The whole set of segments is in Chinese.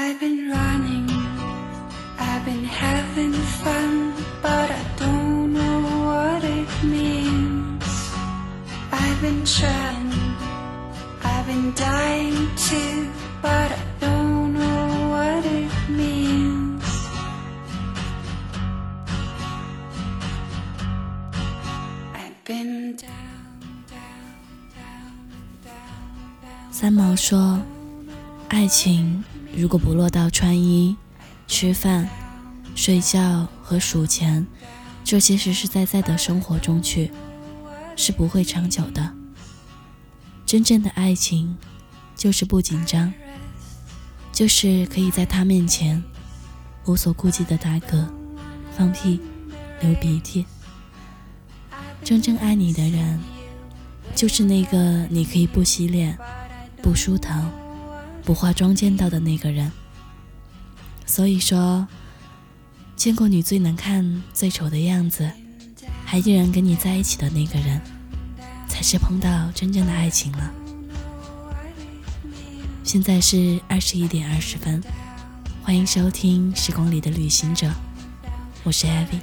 I've been running, I've been having fun, but I don't know what it means. I've been trying, I've been dying to, but I don't know what it means. I've been down, down, down, down, down. 三毛说，爱情如果不落到穿衣、吃饭、睡觉和数钱这些实实在在的生活中去，是不会长久的。真正的爱情就是不紧张，就是可以在他面前无所顾忌的打嗝、放屁、流鼻涕。真正爱你的人，就是那个你可以不洗脸、不梳头、不化妆见到的那个人。所以说，见过你最难看最丑的样子，还依然跟你在一起的那个人，才是碰到真正的爱情了。现在是21点20分，欢迎收听时光里的旅行者，我是 Abby。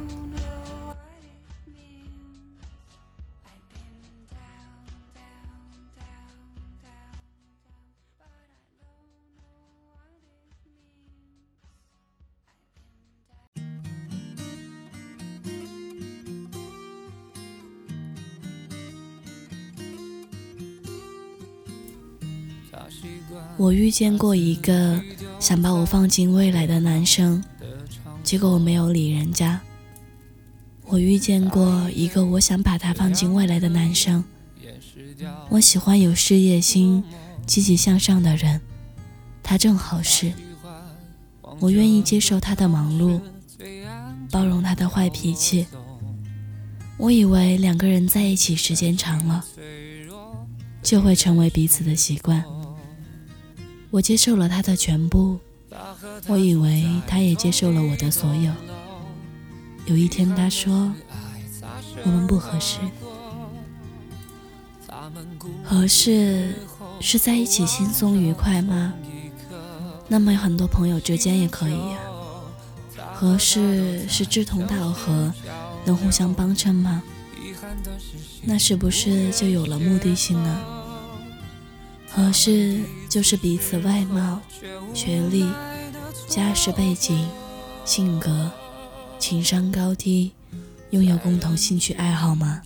我遇见过一个想把我放进未来的男生，结果我没有理人家。我遇见过一个我想把他放进未来的男生，我喜欢有事业心、积极向上的人，他正好是。我愿意接受他的忙碌，包容他的坏脾气。我以为两个人在一起时间长了，就会成为彼此的习惯。我接受了他的全部，我以为他也接受了我的所有。有一天他说，我们不合适。合适是在一起轻松愉快吗？那么很多朋友之间也可以呀。合适是志同道合，能互相帮衬吗？那是不是就有了目的性呢？合适就是彼此外貌、学历、家世背景、性格、情商高低，拥有共同兴趣爱好吗？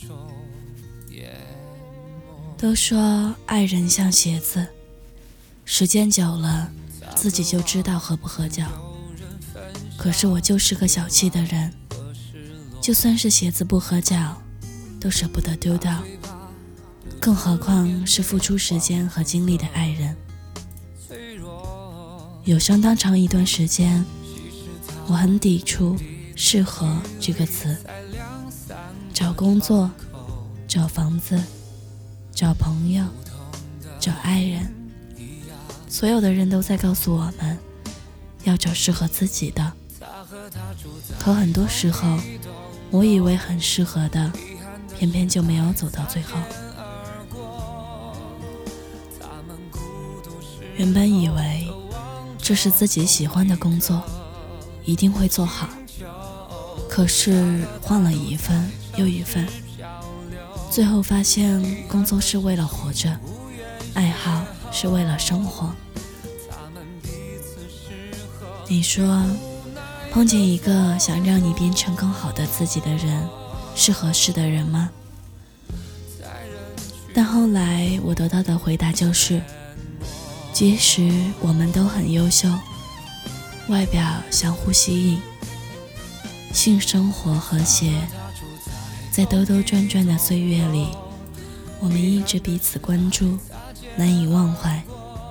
都说爱人像鞋子，时间久了自己就知道合不合脚。可是我就是个小气的人，就算是鞋子不合脚都舍不得丢掉，更何况是付出时间和精力的爱人。有相当长一段时间，我很抵触适合这个词。找工作，找房子，找朋友，找爱人，所有的人都在告诉我们要找适合自己的。可很多时候，我以为很适合的，偏偏就没有走到最后。原本以为这是自己喜欢的工作，一定会做好，可是换了一份又一份，最后发现工作是为了活着，爱好是为了生活。你说碰见一个想让你变成更好的自己的人，是合适的人吗？但后来我得到的回答就是，即使我们都很优秀，外表相互吸引，性生活和谐，在兜兜转转的岁月里，我们一直彼此关注，难以忘怀。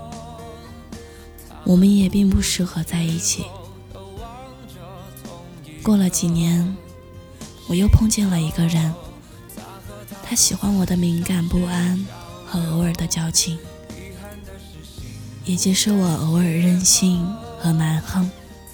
我们也并不适合在一起。过了几年，我又碰见了一个人，他喜欢我的敏感不安和偶尔的矫情，也接受我偶尔任性和蛮横。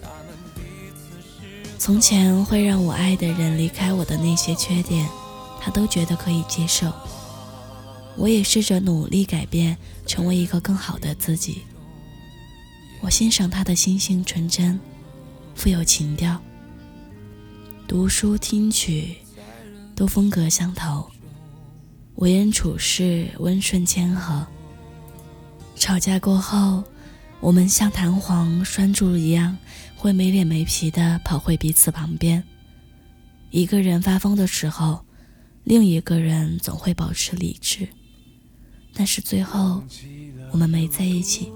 从前会让我爱的人离开我的那些缺点，他都觉得可以接受。我也试着努力改变，成为一个更好的自己。 我欣赏他的心性纯真，富有情调，读书听曲都风格相投，为人处事温顺谦和。吵架过后，我们像弹簧拴住一样，会没脸没皮地跑回彼此旁边。一个人发疯的时候，另一个人总会保持理智，但是最后我们没在一起。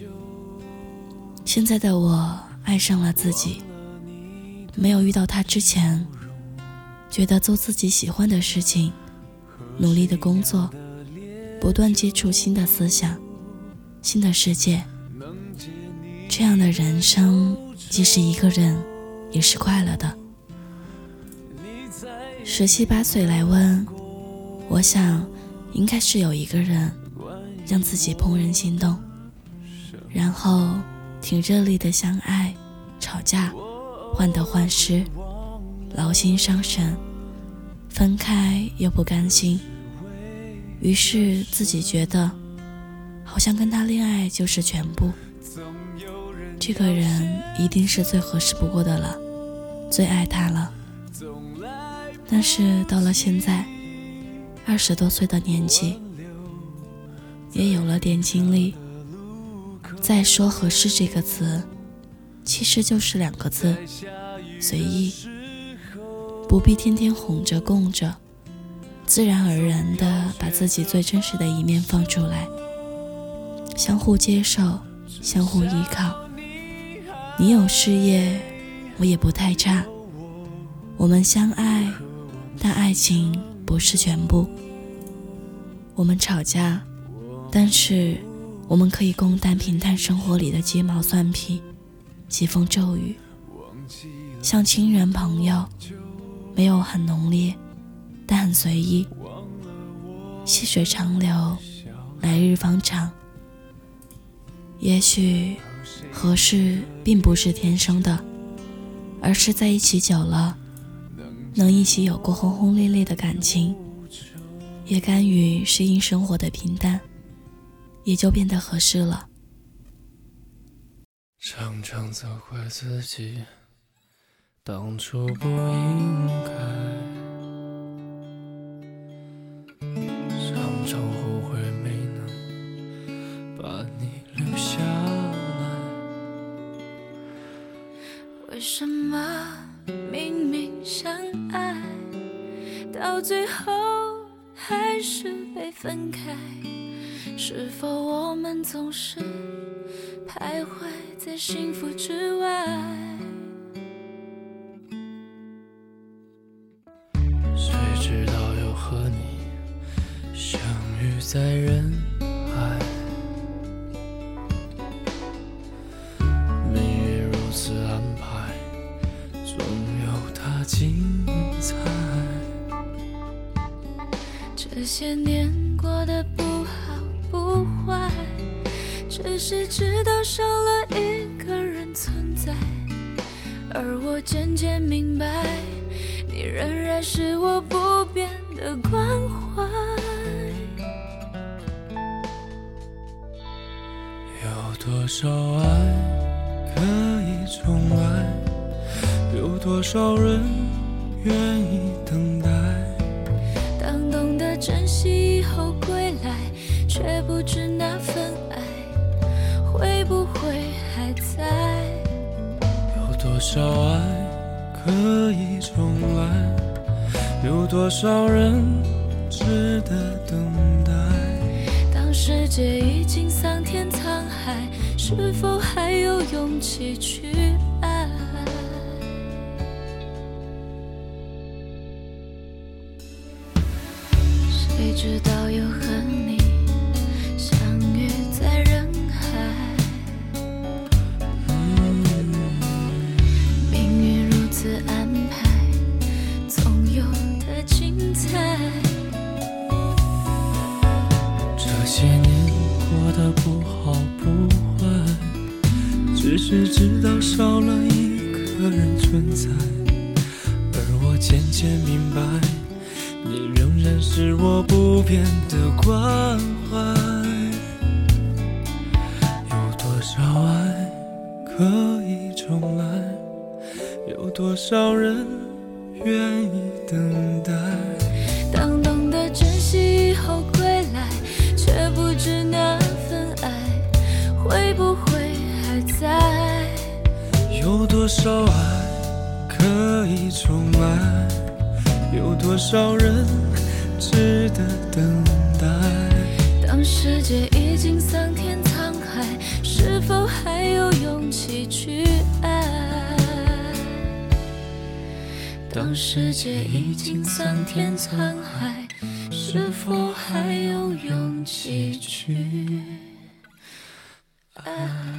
现在的我爱上了自己，没有遇到他之前，觉得做自己喜欢的事情，努力的工作，不断接触新的思想、新的世界，这样的人生即使一个人也是快乐的。17、18岁来问，我想应该是有一个人让自己怦然心动，然后挺热烈的相爱、吵架、患得患失、劳心伤神，分开又不甘心，于是自己觉得好像跟他恋爱就是全部，这个人一定是最合适不过的了，最爱他了。但是到了现在20多岁的年纪，也有了点经历，再说合适这个词，其实就是2个字，随意，不必天天哄着供着，自然而然地把自己最真实的一面放出来，相互接受，相互依靠。你有事业，我也不太差，我们相爱，但爱情不是全部。我们吵架，但是我们可以共担平淡生活里的鸡毛蒜皮、疾风骤雨，像亲人朋友，没有很浓烈，但很随意。细水长流，来日方长。也许合适并不是天生的，而是在一起久了，能一起有过轰轰烈烈的感情，也甘于适应生活的平淡，也就变得合适了。 常常责怪自己当初不应该，常常后悔没能把你留下来。 为什么明明相爱，到最后还是被分开？是否我们总是徘徊在幸福之外？ 谁知道又和你相遇在人海，命运如此安排，总有它精彩。 这些年过得不好不坏，只是直到少了一个人存在，而我渐渐明白，你仍然是我不变的关怀。 有多少爱可以重来？有多少人愿意等待？ 当懂得珍惜以后归来，却不知那份爱会不会还在。 有多少爱可以重来？有多少人值得等待？ 当世界已经桑田沧海，是否还有勇气去爱？谁知道又和你相遇在人海，命运如此安排，总有的精彩。 这些年过得不好不坏，只是知道少了一个人存在，而我渐渐明白，你仍然是我不变的关怀。有多少爱爱可以重来，有多少人愿意等待？ 当懂得珍惜以后归来，却不知那份爱会不会还在？ 有多少爱可以重来？有多少人值得等待？ 当世界已经桑田沧海，是否还有勇气去爱？当世界已经桑田沧海，是否还有勇气去爱？